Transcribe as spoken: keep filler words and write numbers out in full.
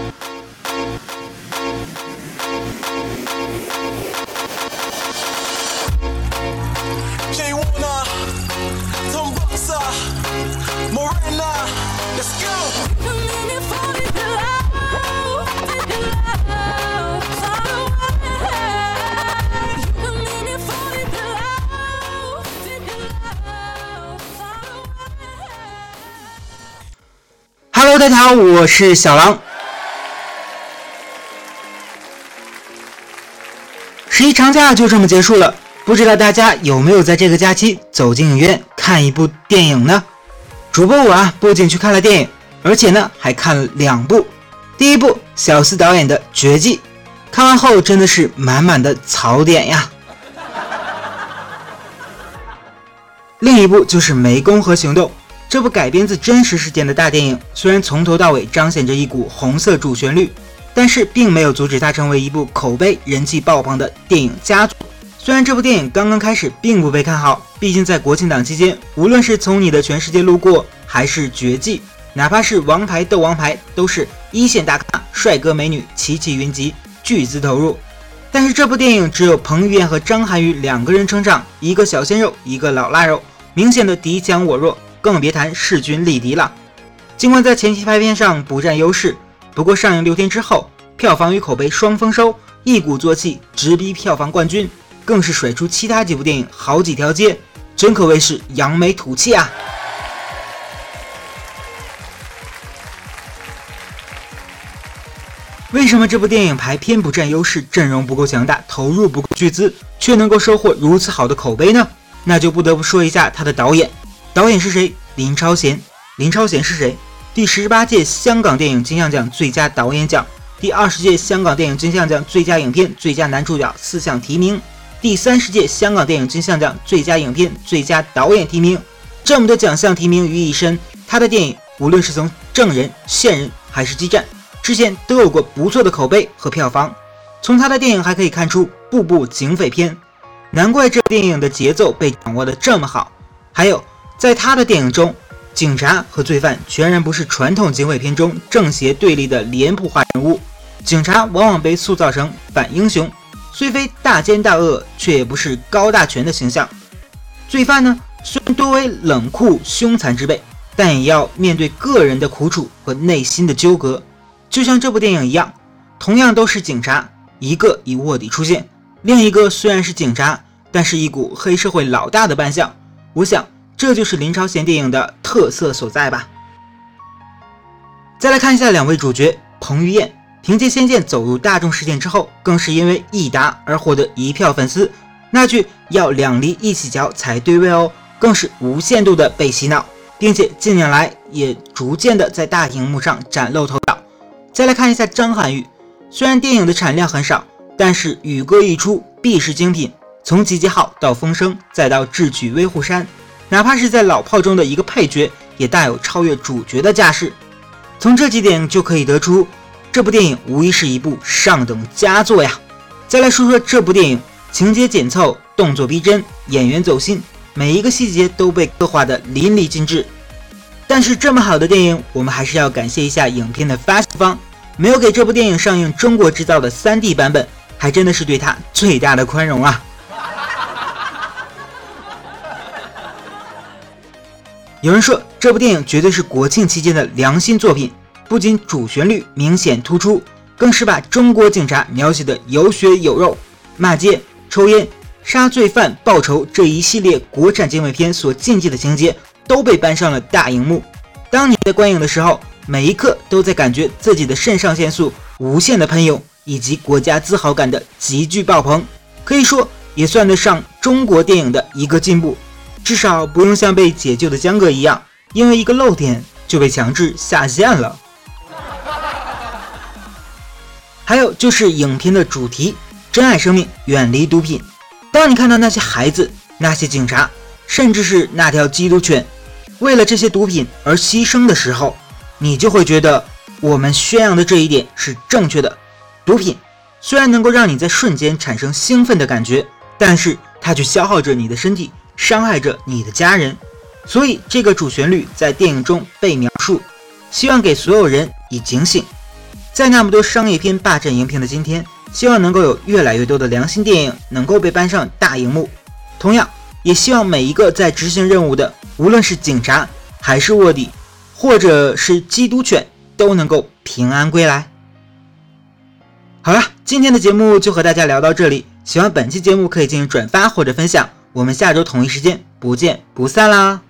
Hello， 大家好，我是小狼。十一长假就这么结束了，不知道大家有没有在这个假期走进影院看一部电影呢？主播我啊，不仅去看了电影，而且呢还看了两部。第一部小司导演的《绝技》，看完后真的是满满的槽点呀。另一部就是《湄公河行动》。这部改编自真实事件的大电影，虽然从头到尾彰显着一股红色主旋律，但是并没有阻止它成为一部口碑人气爆棚的电影佳作。虽然这部电影刚刚开始并不被看好，毕竟在国庆档期间，无论是从你的全世界路过，还是绝技，哪怕是王牌斗王牌，都是一线大咖，帅哥美女齐齐云集，巨资投入。但是这部电影只有彭于晏和张涵予两个人撑场，一个小鲜肉，一个老腊肉，明显的敌强我弱，更别谈势均力敌了。尽管在前期拍片上不占优势，不过上映六天之后，票房与口碑双丰收，一鼓作气直逼票房冠军，更是甩出其他几部电影好几条街，真可谓是扬眉吐气啊！为什么这部电影排片不占优势，阵容不够强大，投入不够巨资，却能够收获如此好的口碑呢？那就不得不说一下他的导演。导演是谁？林超贤。林超贤是谁？第十八届香港电影金像奖最佳导演奖，第二十届香港电影金像奖最佳影片、最佳男主角四项提名，第三十届香港电影金像奖最佳影片、最佳导演提名。这么多奖项提名于一身，他的电影无论是从证人、线人还是激战，之前都有过不错的口碑和票房。从他的电影还可以看出，部部警匪片，难怪这部电影的节奏被掌握得这么好。还有，在他的电影中，警察和罪犯全然不是传统警匪片中正邪对立的脸谱化人物，警察往往被塑造成反英雄，虽非大奸大恶，却也不是高大全的形象。罪犯呢，虽然多为冷酷凶残之辈，但也要面对个人的苦楚和内心的纠葛。就像这部电影一样，同样都是警察，一个以卧底出现，另一个虽然是警察，但是一股黑社会老大的扮相。我想这就是林超贤电影的特色所在吧。再来看一下两位主角，彭于晏凭借《仙剑》走入大众视线之后，更是因为益达而获得一票粉丝，那句要两梨一起嚼才对味哦，更是无限度的被洗脑，并且近年来也逐渐的在大荧幕上崭露头角。再来看一下张涵予，虽然电影的产量很少，但是宇歌一出必是精品，从集结号到风声再到智取威虎山，哪怕是在老炮中的一个配角，也大有超越主角的架势。从这几点就可以得出，这部电影无疑是一部上等佳作呀。再来说说这部电影，情节紧凑，动作逼真，演员走心，每一个细节都被刻画得淋漓尽致。但是这么好的电影，我们还是要感谢一下影片的发行方，没有给这部电影上映中国制造的 三 D 版本，还真的是对它最大的宽容啊。有人说这部电影绝对是国庆期间的良心作品，不仅主旋律明显突出，更是把中国警察描写的有血有肉，骂街、抽烟、杀罪犯、报仇这一系列国产警匪片所禁忌的情节都被搬上了大荧幕。当你在观影的时候，每一刻都在感觉自己的肾上腺素无限的喷涌，以及国家自豪感的急剧爆棚，可以说也算得上中国电影的一个进步。至少不用像被解救的江哥一样，因为一个漏点就被强制下线了。还有就是影片的主题，珍爱生命，远离毒品。当你看到那些孩子、那些警察，甚至是那条缉毒犬为了这些毒品而牺牲的时候，你就会觉得我们宣扬的这一点是正确的。毒品虽然能够让你在瞬间产生兴奋的感觉，但是它却消耗着你的身体，伤害着你的家人。所以这个主旋律在电影中被描述，希望给所有人以警醒。 在那么多商业片霸占荧屏的今天，希望能够有越来越多的良心电影能够被搬上大荧幕。同样，也希望每一个在执行任务的，无论是警察还是卧底，或者是缉毒犬，都能够平安归来。好了，今天的节目就和大家聊到这里，喜欢本期节目可以进行转发或者分享，我们下周同一时间不见不散啦！